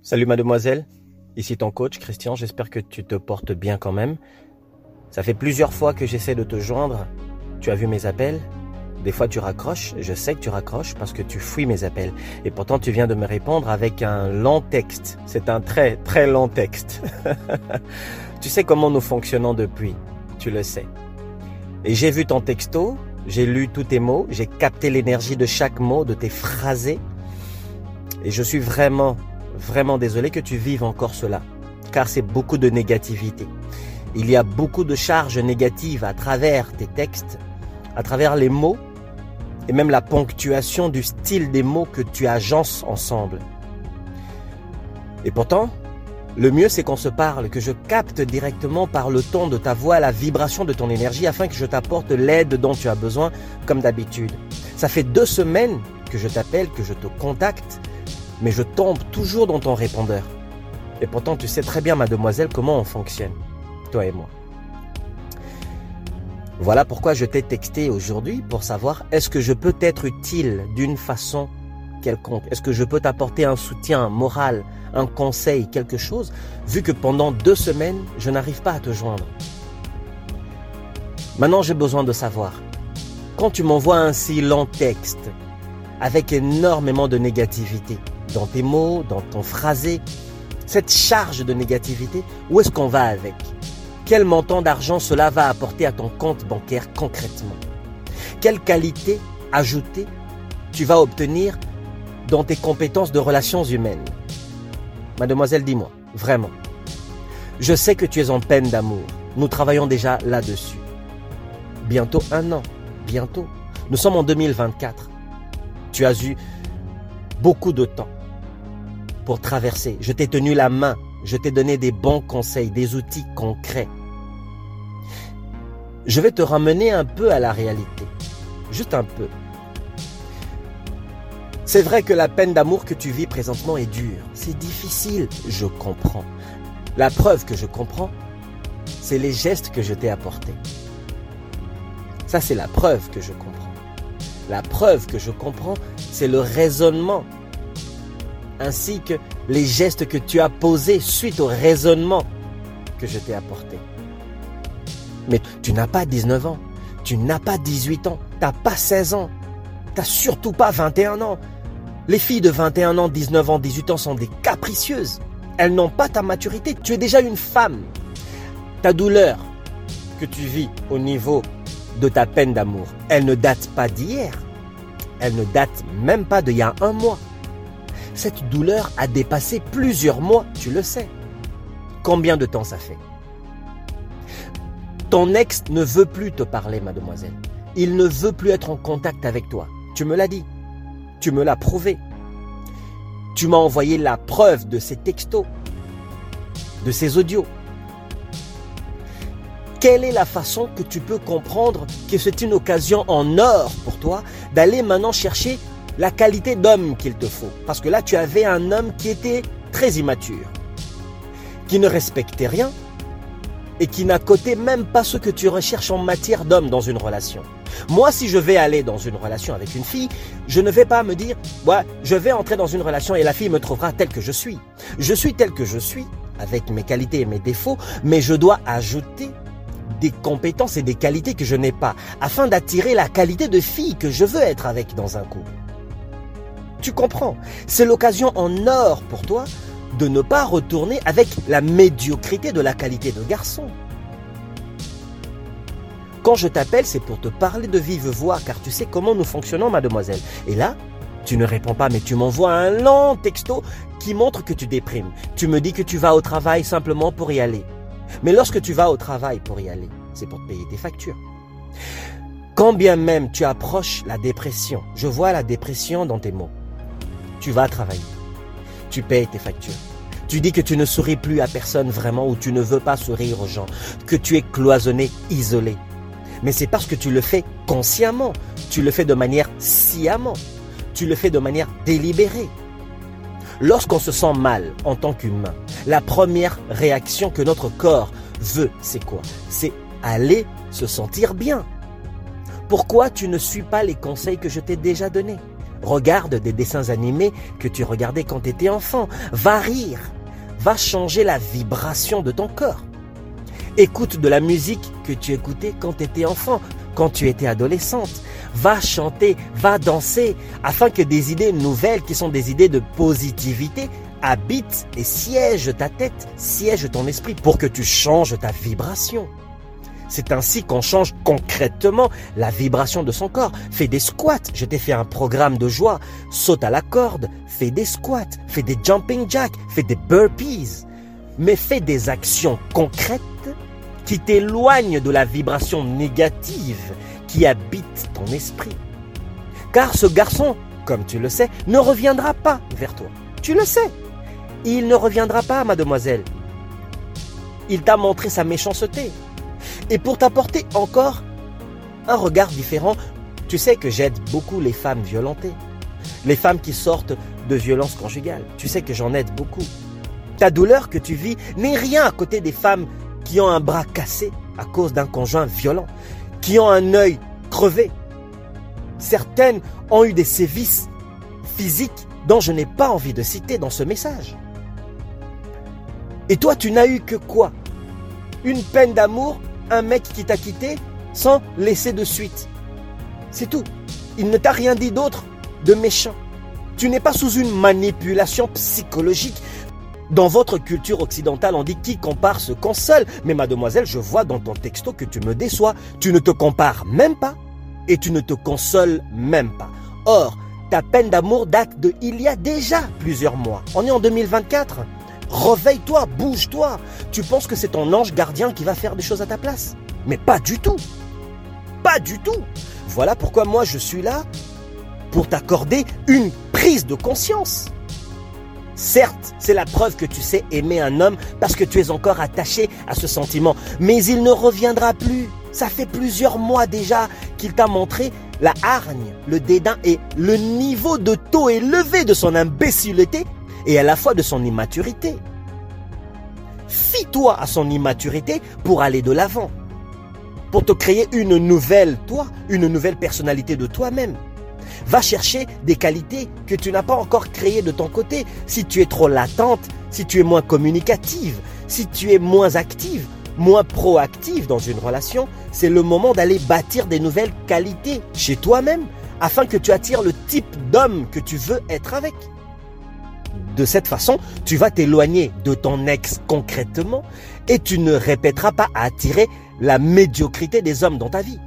Salut mademoiselle, ici ton coach Christian, j'espère que tu te portes bien quand même. Ça fait plusieurs fois que j'essaie de te joindre, tu as vu mes appels, des fois tu raccroches, je sais que tu raccroches parce que tu fuis mes appels. Et pourtant tu viens de me répondre avec un long texte, c'est un très très long texte. Tu sais comment nous fonctionnons depuis, tu le sais. Et j'ai vu ton texto, j'ai lu tous tes mots, j'ai capté l'énergie de chaque mot, de tes phrasés. Et je suis vraiment désolé que tu vives encore cela, car c'est beaucoup de négativité. Il y a beaucoup de charges négatives à travers tes textes, à travers les mots, et même la ponctuation du style des mots que tu agences ensemble. Et pourtant, le mieux c'est qu'on se parle, que je capte directement par le ton de ta voix, la vibration de ton énergie, afin que je t'apporte l'aide dont tu as besoin, comme d'habitude. Ça fait 2 semaines que je t'appelle, que je te contacte, mais je tombe toujours dans ton répondeur. Et pourtant, tu sais très bien, mademoiselle, comment on fonctionne, toi et moi. Voilà pourquoi je t'ai texté aujourd'hui pour savoir est-ce que je peux t'être utile d'une façon quelconque. Est-ce que je peux t'apporter un soutien moral, un conseil, quelque chose, vu que pendant 2 semaines, je n'arrive pas à te joindre. Maintenant, j'ai besoin de savoir, quand tu m'envoies un si long texte, avec énormément de négativité, dans tes mots, dans ton phrasé, cette charge de négativité, où est-ce qu'on va avec? Quel montant d'argent cela va apporter à ton compte bancaire concrètement? Quelle qualité ajoutée tu vas obtenir dans tes compétences de relations humaines? Mademoiselle, dis-moi, vraiment. Je sais que tu es en peine d'amour. Nous travaillons déjà là-dessus. Bientôt 1 an, bientôt. Nous sommes en 2024. Tu as eu beaucoup de temps pour traverser. Je t'ai tenu la main. Je t'ai donné des bons conseils, des outils concrets. Je vais te ramener un peu à la réalité. Juste un peu. C'est vrai que la peine d'amour que tu vis présentement est dure. C'est difficile, je comprends. La preuve que je comprends, c'est les gestes que je t'ai apportés. Ça, c'est la preuve que je comprends. La preuve que je comprends, c'est le raisonnement, ainsi que les gestes que tu as posés suite au raisonnement que je t'ai apporté. Mais tu n'as pas 19 ans, tu n'as pas 18 ans, tu n'as pas 16 ans, tu n'as surtout pas 21 ans. Les filles de 21 ans, 19 ans, 18 ans sont des capricieuses. Elles n'ont pas ta maturité, tu es déjà une femme. Ta douleur que tu vis au niveau de ta peine d'amour, elle ne date pas d'hier. Elle ne date même pas d'il y a 1 mois. Cette douleur a dépassé plusieurs mois, tu le sais. Combien de temps ça fait? Ton ex ne veut plus te parler, mademoiselle. Il ne veut plus être en contact avec toi. Tu me l'as dit. Tu me l'as prouvé. Tu m'as envoyé la preuve de ces textos, de ces audios. Quelle est la façon que tu peux comprendre que c'est une occasion en or pour toi d'aller maintenant chercher la qualité d'homme qu'il te faut? Parce que là, tu avais un homme qui était très immature, qui ne respectait rien et qui n'a coté même pas ce que tu recherches en matière d'homme dans une relation. Moi, si je vais aller dans une relation avec une fille, je ne vais pas me dire ouais, je vais entrer dans une relation et la fille me trouvera tel que je suis. Je suis tel que je suis, avec mes qualités et mes défauts, mais je dois ajouter des compétences et des qualités que je n'ai pas, afin d'attirer la qualité de fille que je veux être avec dans un couple. Tu comprends? C'est l'occasion en or pour toi de ne pas retourner avec la médiocrité de la qualité de garçon. Quand je t'appelle, c'est pour te parler de vive voix, car tu sais comment nous fonctionnons, mademoiselle. Et là, tu ne réponds pas, mais tu m'envoies un long texto qui montre que tu déprimes. Tu me dis que tu vas au travail simplement pour y aller. Mais lorsque tu vas au travail pour y aller, c'est pour te payer tes factures. Quand bien même tu approches la dépression, je vois la dépression dans tes mots. Tu vas travailler, tu payes tes factures. Tu dis que tu ne souris plus à personne vraiment ou tu ne veux pas sourire aux gens, que tu es cloisonné, isolé. Mais c'est parce que tu le fais consciemment, tu le fais de manière sciemment, tu le fais de manière délibérée. Lorsqu'on se sent mal en tant qu'humain, la première réaction que notre corps veut, c'est quoi? C'est aller se sentir bien. Pourquoi tu ne suis pas les conseils que je t'ai déjà donnés? Regarde des dessins animés que tu regardais quand tu étais enfant. Va rire. Va changer la vibration de ton corps. Écoute de la musique que tu écoutais quand tu étais enfant, quand tu étais adolescente. Va chanter, va danser, afin que des idées nouvelles, qui sont des idées de positivité, habitent et siègent ta tête, siègent ton esprit, pour que tu changes ta vibration. C'est ainsi qu'on change concrètement la vibration de son corps. Fais des squats, je t'ai fait un programme de joie. Saute à la corde, fais des squats, fais des jumping jacks, fais des burpees. Mais fais des actions concrètes qui t'éloignent de la vibration négative qui habite ton esprit. Car ce garçon, comme tu le sais, ne reviendra pas vers toi. Tu le sais. Il ne reviendra pas, mademoiselle. Il t'a montré sa méchanceté. Et pour t'apporter encore un regard différent, tu sais que j'aide beaucoup les femmes violentées. Les femmes qui sortent de violences conjugales. Tu sais que j'en aide beaucoup. Ta douleur que tu vis n'est rien à côté des femmes qui ont un bras cassé à cause d'un conjoint violent, qui ont un œil crevé. Certaines ont eu des sévices physiques dont je n'ai pas envie de citer dans ce message. Et toi, tu n'as eu que quoi? Une peine d'amour, un mec qui t'a quitté sans laisser de suite. C'est tout. Il ne t'a rien dit d'autre de méchant. Tu n'es pas sous une manipulation psychologique. Dans votre culture occidentale, on dit qui compare se console. Mais mademoiselle, je vois dans ton texto que tu me déçois. Tu ne te compares même pas et tu ne te consoles même pas. Or, ta peine d'amour date de il y a déjà plusieurs mois. On est en 2024. Réveille-toi, bouge-toi. Tu penses que c'est ton ange gardien qui va faire des choses à ta place? Mais pas du tout. Pas du tout. Voilà pourquoi moi je suis là pour t'accorder une prise de conscience. Certes, c'est la preuve que tu sais aimer un homme parce que tu es encore attaché à ce sentiment. Mais il ne reviendra plus. Ça fait plusieurs mois déjà qu'il t'a montré la hargne, le dédain et le niveau de taux élevé de son imbécilité et à la fois de son immaturité. Fie-toi à son immaturité pour aller de l'avant, pour te créer une nouvelle toi, une nouvelle personnalité de toi-même. Va chercher des qualités que tu n'as pas encore créées de ton côté. Si tu es trop latente, si tu es moins communicative, si tu es moins active, moins proactive dans une relation, c'est le moment d'aller bâtir des nouvelles qualités chez toi-même afin que tu attires le type d'homme que tu veux être avec. De cette façon, tu vas t'éloigner de ton ex concrètement et tu ne répéteras pas à attirer la médiocrité des hommes dans ta vie.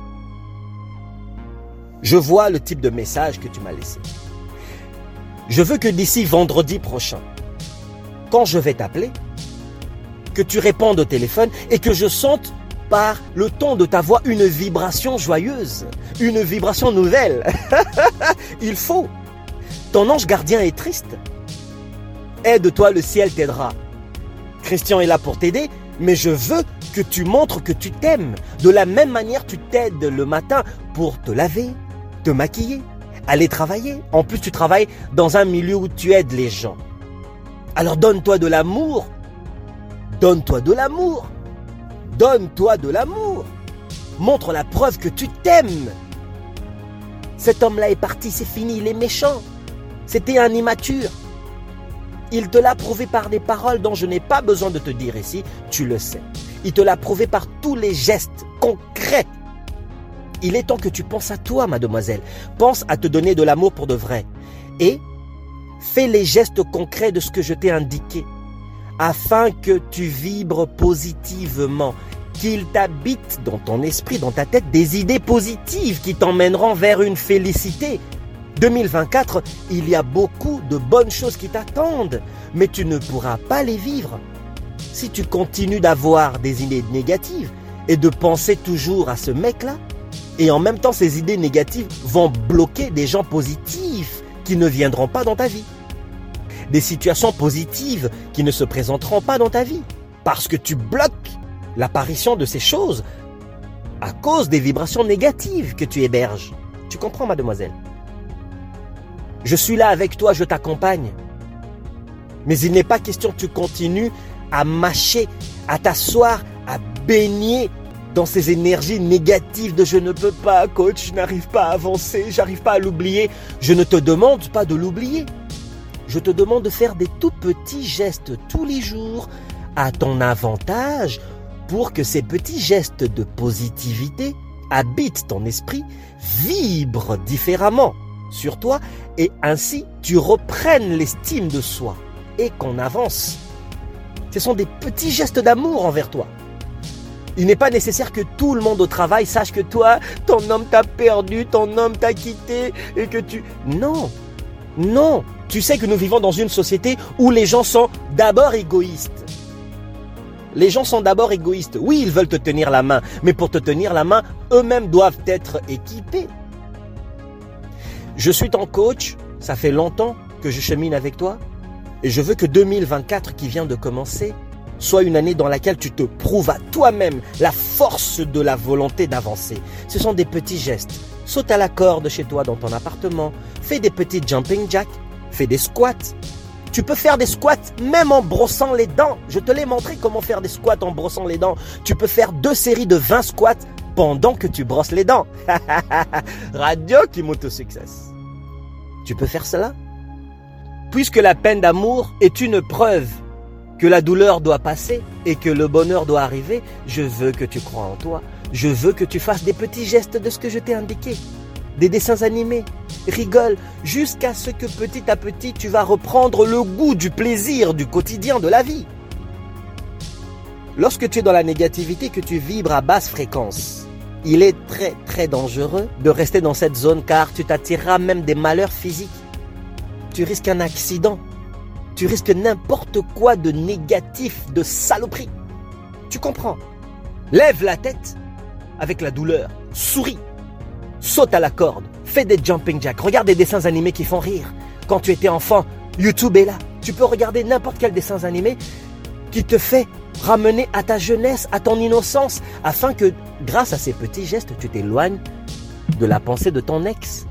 Je vois le type de message que tu m'as laissé. Je veux que d'ici vendredi prochain, quand je vais t'appeler, que tu répondes au téléphone et que je sente par le ton de ta voix une vibration joyeuse, une vibration nouvelle. Il faut. Ton ange gardien est triste. Aide-toi, le ciel t'aidera. Christian est là pour t'aider, mais je veux que tu montres que tu t'aimes. De la même manière, tu t'aides le matin pour te laver, te maquiller, aller travailler. En plus, tu travailles dans un milieu où tu aides les gens. Alors donne-toi de l'amour. Donne-toi de l'amour. Donne-toi de l'amour. Montre la preuve que tu t'aimes. Cet homme-là est parti, c'est fini, il est méchant. C'était un immature. Il te l'a prouvé par des paroles dont je n'ai pas besoin de te dire ici, tu le sais. Il te l'a prouvé par tous les gestes concrets. Il est temps que tu penses à toi, mademoiselle. Pense à te donner de l'amour pour de vrai. Et fais les gestes concrets de ce que je t'ai indiqué, afin que tu vibres positivement, qu'il t'habite dans ton esprit, dans ta tête, des idées positives qui t'emmèneront vers une félicité. 2024, il y a beaucoup de bonnes choses qui t'attendent, mais tu ne pourras pas les vivre si tu continues d'avoir des idées négatives et de penser toujours à ce mec-là. Et en même temps, ces idées négatives vont bloquer des gens positifs qui ne viendront pas dans ta vie. Des situations positives qui ne se présenteront pas dans ta vie. Parce que tu bloques l'apparition de ces choses à cause des vibrations négatives que tu héberges. Tu comprends, mademoiselle? Je suis là avec toi, je t'accompagne. Mais il n'est pas question que tu continues à mâcher, à t'asseoir, à baigner dans ces énergies négatives de je ne peux pas, coach, je n'arrive pas à avancer, j'arrive pas à l'oublier. Je ne te demande pas de l'oublier. Je te demande de faire des tout petits gestes tous les jours à ton avantage pour que ces petits gestes de positivité habitent ton esprit, vibrent différemment sur toi et ainsi tu reprennes l'estime de soi et qu'on avance. Ce sont des petits gestes d'amour envers toi. Il n'est pas nécessaire que tout le monde au travail sache que toi, ton homme t'a perdu, ton homme t'a quitté et que tu... Non, non. Tu sais que nous vivons dans une société où les gens sont d'abord égoïstes. Les gens sont d'abord égoïstes. Oui, ils veulent te tenir la main, mais pour te tenir la main, eux-mêmes doivent être équipés. Je suis ton coach, ça fait longtemps que je chemine avec toi et je veux que 2024 qui vient de commencer soit une année dans laquelle tu te prouves à toi-même la force de la volonté d'avancer. Ce sont des petits gestes. Saute à la corde chez toi dans ton appartement, fais des petits jumping jacks, fais des squats. Tu peux faire des squats même en brossant les dents. Je te l'ai montré comment faire des squats en brossant les dents. Tu peux faire 2 séries de 20 squats pendant que tu brosses les dents. Radio qui monte au succès. Tu peux faire cela? Puisque la peine d'amour est une preuve que la douleur doit passer et que le bonheur doit arriver, je veux que tu crois en toi. Je veux que tu fasses des petits gestes de ce que je t'ai indiqué. Des dessins animés, rigole, jusqu'à ce que petit à petit tu vas reprendre le goût du plaisir du quotidien de la vie. Lorsque tu es dans la négativité, que tu vibres à basse fréquence, il est très très dangereux de rester dans cette zone car tu t'attireras même des malheurs physiques. Tu risques un accident, tu risques n'importe quoi de négatif, de saloperie. Tu comprends? Lève la tête avec la douleur, souris. Saute à la corde, fais des jumping jacks, regarde des dessins animés qui font rire. Quand tu étais enfant, YouTube est là. Tu peux regarder n'importe quel dessin animé qui te fait ramener à ta jeunesse, à ton innocence, afin que, grâce à ces petits gestes, tu t'éloignes de la pensée de ton ex.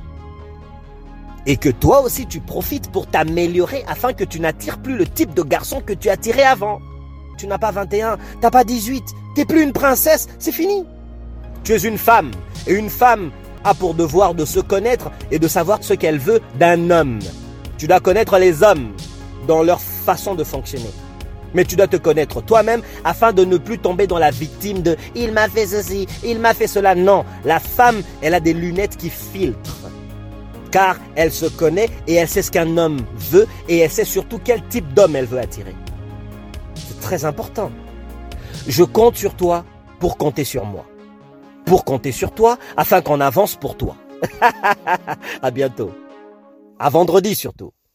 Et que toi aussi tu profites pour t'améliorer afin que tu n'attires plus le type de garçon que tu attirais avant. Tu n'as pas 21, t'as pas 18, t'es plus une princesse, c'est fini. Tu es une femme, et une femme a pour devoir de se connaître et de savoir ce qu'elle veut d'un homme. Tu dois connaître les hommes dans leur façon de fonctionner. Mais tu dois te connaître toi-même afin de ne plus tomber dans la victime de « il m'a fait ceci, il m'a fait cela ». Non, la femme, elle a des lunettes qui filtrent. Car elle se connaît et elle sait ce qu'un homme veut et elle sait surtout quel type d'homme elle veut attirer. C'est très important. Je compte sur toi pour compter sur moi. Pour compter sur toi afin qu'on avance pour toi. À bientôt. À vendredi surtout.